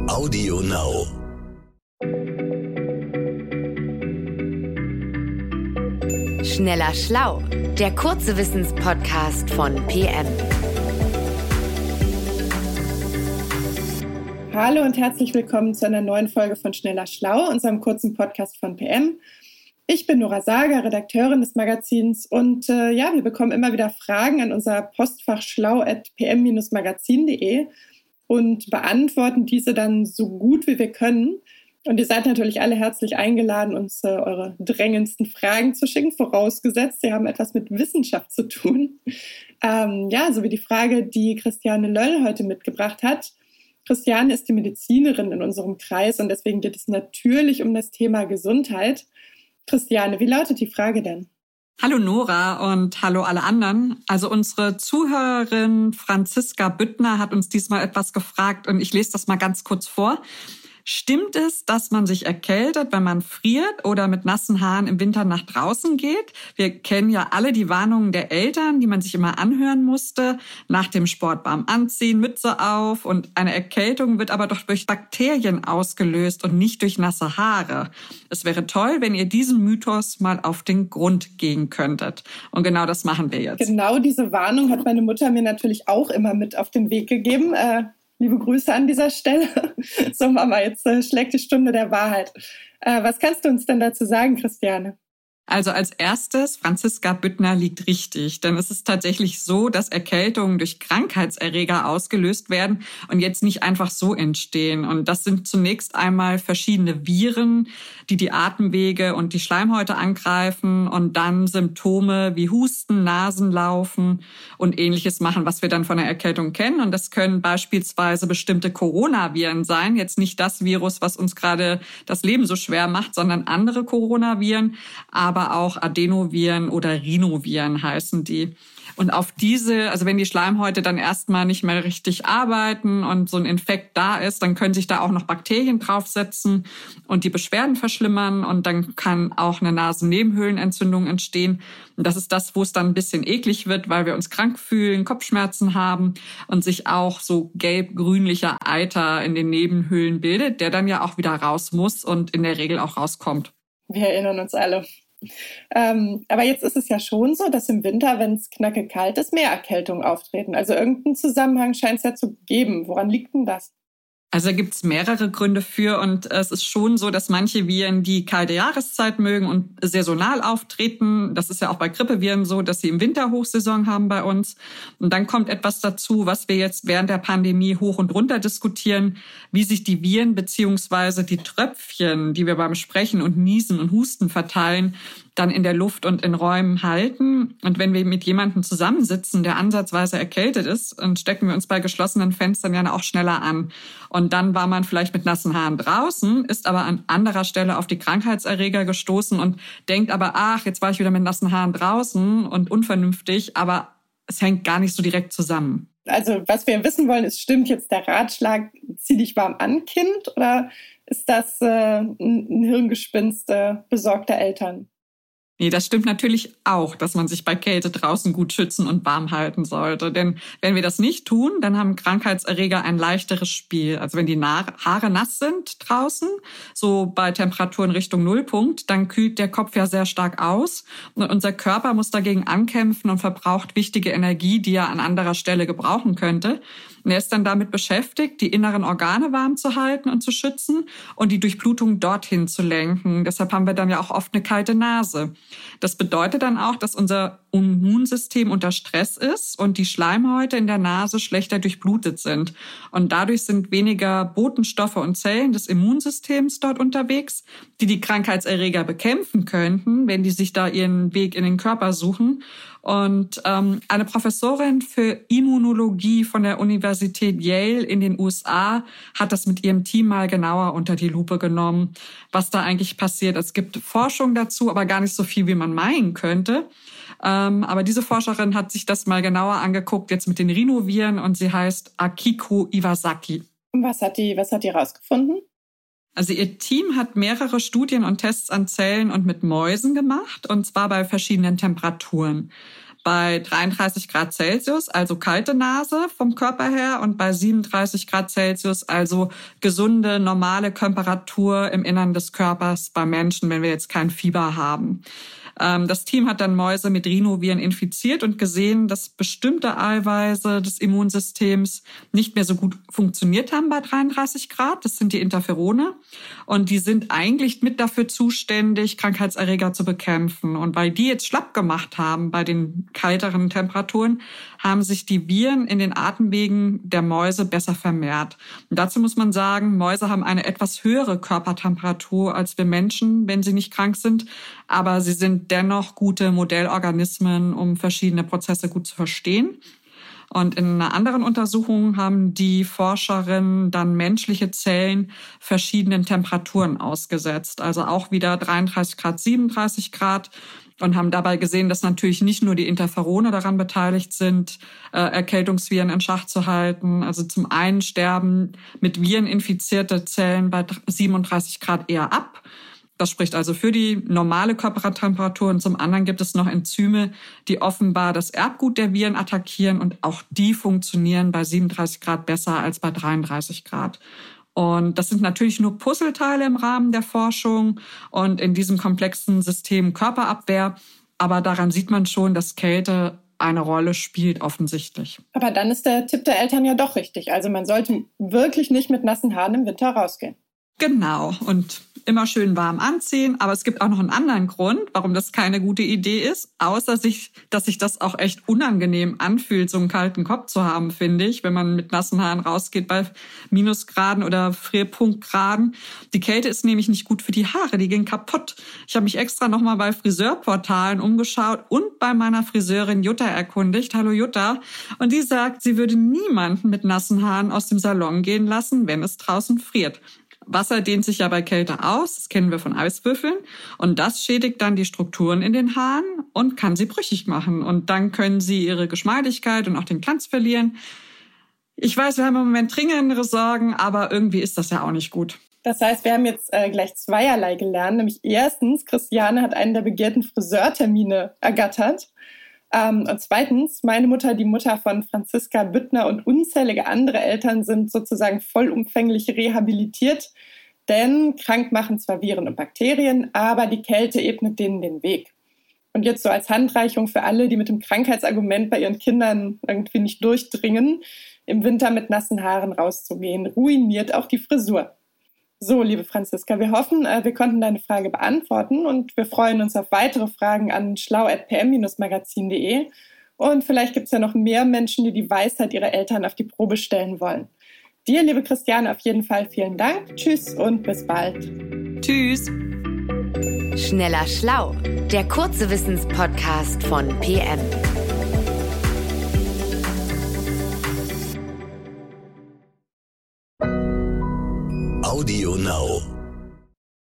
Audio Now. Schneller Schlau, der kurze Wissenspodcast von PM. Hallo und herzlich willkommen zu einer neuen Folge von Schneller Schlau, unserem kurzen Podcast von PM. Ich bin Nora Sager, Redakteurin des Magazins und wir bekommen immer wieder Fragen an unser Postfach schlau@pm-magazin.de und beantworten diese dann so gut wie wir können. Und ihr seid natürlich alle herzlich eingeladen, uns eure drängendsten Fragen zu schicken, vorausgesetzt, sie haben etwas mit Wissenschaft zu tun. So wie die Frage, die Christiane Löll heute mitgebracht hat. Christiane ist die Medizinerin in unserem Kreis und deswegen geht es natürlich um das Thema Gesundheit. Christiane, wie lautet die Frage denn? Hallo Nora und hallo alle anderen. Also unsere Zuhörerin Franziska Büttner hat uns diesmal etwas gefragt und ich lese das mal ganz kurz vor. Stimmt es, dass man sich erkältet, wenn man friert oder mit nassen Haaren im Winter nach draußen geht? Wir kennen ja alle die Warnungen der Eltern, die man sich immer anhören musste. Nach dem Sport warm anziehen, Mütze auf. Und eine Erkältung wird aber doch durch Bakterien ausgelöst und nicht durch nasse Haare. Es wäre toll, wenn ihr diesem Mythos mal auf den Grund gehen könntet. Und genau das machen wir jetzt. Genau diese Warnung hat meine Mutter mir natürlich auch immer mit auf den Weg gegeben. Liebe Grüße an dieser Stelle. So, Mama, jetzt schlägt die Stunde der Wahrheit. Was kannst du uns denn dazu sagen, Christiane? Also als erstes, Franziska Büttner liegt richtig, denn es ist tatsächlich so, dass Erkältungen durch Krankheitserreger ausgelöst werden und jetzt nicht einfach so entstehen. Und das sind zunächst einmal verschiedene Viren, die die Atemwege und die Schleimhäute angreifen und dann Symptome wie Husten, Nasenlaufen und Ähnliches machen, was wir dann von der Erkältung kennen. Und das können beispielsweise bestimmte Coronaviren sein, jetzt nicht das Virus, was uns gerade das Leben so schwer macht, sondern andere Coronaviren, aber auch Adenoviren oder Rhinoviren heißen die. Und auf diese, also wenn die Schleimhäute dann erstmal nicht mehr richtig arbeiten und so ein Infekt da ist, dann können sich da auch noch Bakterien draufsetzen und die Beschwerden verschlimmern und dann kann auch eine Nasennebenhöhlenentzündung entstehen. Und das ist das, wo es dann ein bisschen eklig wird, weil wir uns krank fühlen, Kopfschmerzen haben und sich auch so gelb-grünlicher Eiter in den Nebenhöhlen bildet, der dann ja auch wieder raus muss und in der Regel auch rauskommt. Wir erinnern uns alle. Aber jetzt ist es ja schon so, dass im Winter, wenn es knackekalt ist, mehr Erkältungen auftreten. Also irgendeinen Zusammenhang scheint es ja zu geben. Woran liegt denn das? Also da gibt's mehrere Gründe für und es ist schon so, dass manche Viren die kalte Jahreszeit mögen und saisonal auftreten. Das ist ja auch bei Grippeviren so, dass sie im Winter Hochsaison haben bei uns. Und dann kommt etwas dazu, was wir jetzt während der Pandemie hoch und runter diskutieren, wie sich die Viren beziehungsweise die Tröpfchen, die wir beim Sprechen und Niesen und Husten verteilen, dann in der Luft und in Räumen halten. Und wenn wir mit jemandem zusammensitzen, der ansatzweise erkältet ist, dann stecken wir uns bei geschlossenen Fenstern ja auch schneller an. Und dann war man vielleicht mit nassen Haaren draußen, ist aber an anderer Stelle auf die Krankheitserreger gestoßen und denkt aber, ach, jetzt war ich wieder mit nassen Haaren draußen und unvernünftig, aber es hängt gar nicht so direkt zusammen. Also was wir wissen wollen, ist, stimmt jetzt der Ratschlag, zieh dich warm an, Kind, oder ist das ein Hirngespinst besorgter Eltern? Nee, das stimmt natürlich auch, dass man sich bei Kälte draußen gut schützen und warm halten sollte. Denn wenn wir das nicht tun, dann haben Krankheitserreger ein leichteres Spiel. Also wenn die Haare nass sind draußen, so bei Temperaturen Richtung Nullpunkt, dann kühlt der Kopf ja sehr stark aus. Und unser Körper muss dagegen ankämpfen und verbraucht wichtige Energie, die er an anderer Stelle gebrauchen könnte. Und er ist dann damit beschäftigt, die inneren Organe warm zu halten und zu schützen und die Durchblutung dorthin zu lenken. Deshalb haben wir dann ja auch oft eine kalte Nase. Das bedeutet dann auch, dass unser Immunsystem unter Stress ist und die Schleimhäute in der Nase schlechter durchblutet sind. Und dadurch sind weniger Botenstoffe und Zellen des Immunsystems dort unterwegs, die die Krankheitserreger bekämpfen könnten, wenn die sich da ihren Weg in den Körper suchen. Und eine Professorin für Immunologie von der Universität Yale in den USA hat das mit ihrem Team mal genauer unter die Lupe genommen, was da eigentlich passiert. Es gibt Forschung dazu, aber gar nicht so viel, wie man meinen könnte. Aber diese Forscherin hat sich das mal genauer angeguckt, jetzt mit den Rhinoviren, und sie heißt Akiko Iwasaki. Und was hat die rausgefunden? Also ihr Team hat mehrere Studien und Tests an Zellen und mit Mäusen gemacht, und zwar bei verschiedenen Temperaturen. bei 33 Grad Celsius, also kalte Nase vom Körper her, und bei 37 Grad Celsius, also gesunde, normale Temperatur im Innern des Körpers bei Menschen, wenn wir jetzt kein Fieber haben. Das Team hat dann Mäuse mit Rhinoviren infiziert und gesehen, dass bestimmte Eiweiße des Immunsystems nicht mehr so gut funktioniert haben bei 33 Grad. Das sind die Interferone. Und die sind eigentlich mit dafür zuständig, Krankheitserreger zu bekämpfen. Und weil die jetzt schlapp gemacht haben bei den kälteren Temperaturen, haben sich die Viren in den Atemwegen der Mäuse besser vermehrt. Und dazu muss man sagen, Mäuse haben eine etwas höhere Körpertemperatur als wir Menschen, wenn sie nicht krank sind. Aber sie sind dennoch gute Modellorganismen, um verschiedene Prozesse gut zu verstehen. Und in einer anderen Untersuchung haben die Forscherinnen dann menschliche Zellen verschiedenen Temperaturen ausgesetzt. Also auch wieder 33 Grad, 37 Grad. Und haben dabei gesehen, dass natürlich nicht nur die Interferone daran beteiligt sind, Erkältungsviren in Schach zu halten. Also zum einen sterben mit Viren infizierte Zellen bei 37 Grad eher ab. Das spricht also für die normale Körpertemperatur. Und zum anderen gibt es noch Enzyme, die offenbar das Erbgut der Viren attackieren. Und auch die funktionieren bei 37 Grad besser als bei 33 Grad. Und das sind natürlich nur Puzzleteile im Rahmen der Forschung und in diesem komplexen System Körperabwehr. Aber daran sieht man schon, dass Kälte eine Rolle spielt, offensichtlich. Aber dann ist der Tipp der Eltern ja doch richtig. Also man sollte wirklich nicht mit nassen Haaren im Winter rausgehen. Genau. Und immer schön warm anziehen. Aber es gibt auch noch einen anderen Grund, warum das keine gute Idee ist. Außer dass sich das auch echt unangenehm anfühlt, so einen kalten Kopf zu haben, finde ich, wenn man mit nassen Haaren rausgeht bei Minusgraden oder Frierpunktgraden. Die Kälte ist nämlich nicht gut für die Haare, die gehen kaputt. Ich habe mich extra nochmal bei Friseurportalen umgeschaut und bei meiner Friseurin Jutta erkundigt. Hallo Jutta. Und die sagt, sie würde niemanden mit nassen Haaren aus dem Salon gehen lassen, wenn es draußen friert. Wasser dehnt sich ja bei Kälte aus, das kennen wir von Eiswürfeln. Und das schädigt dann die Strukturen in den Haaren und kann sie brüchig machen. Und dann können sie ihre Geschmeidigkeit und auch den Glanz verlieren. Ich weiß, wir haben im Moment dringendere Sorgen, aber irgendwie ist das ja auch nicht gut. Das heißt, wir haben jetzt gleich zweierlei gelernt. Nämlich erstens, Christiane hat einen der begehrten Friseurtermine ergattert. Und zweitens, meine Mutter, die Mutter von Franziska Büttner und unzählige andere Eltern sind sozusagen vollumfänglich rehabilitiert, denn krank machen zwar Viren und Bakterien, aber die Kälte ebnet denen den Weg. Und jetzt so als Handreichung für alle, die mit dem Krankheitsargument bei ihren Kindern irgendwie nicht durchdringen, im Winter mit nassen Haaren rauszugehen, ruiniert auch die Frisur. So, liebe Franziska, wir hoffen, wir konnten deine Frage beantworten und wir freuen uns auf weitere Fragen an schlau@pm-magazin.de. Und vielleicht gibt es ja noch mehr Menschen, die die Weisheit ihrer Eltern auf die Probe stellen wollen. Dir, liebe Christiane, auf jeden Fall vielen Dank. Tschüss und bis bald. Tschüss. Schneller Schlau, der kurze Wissenspodcast von PM. Audio Now.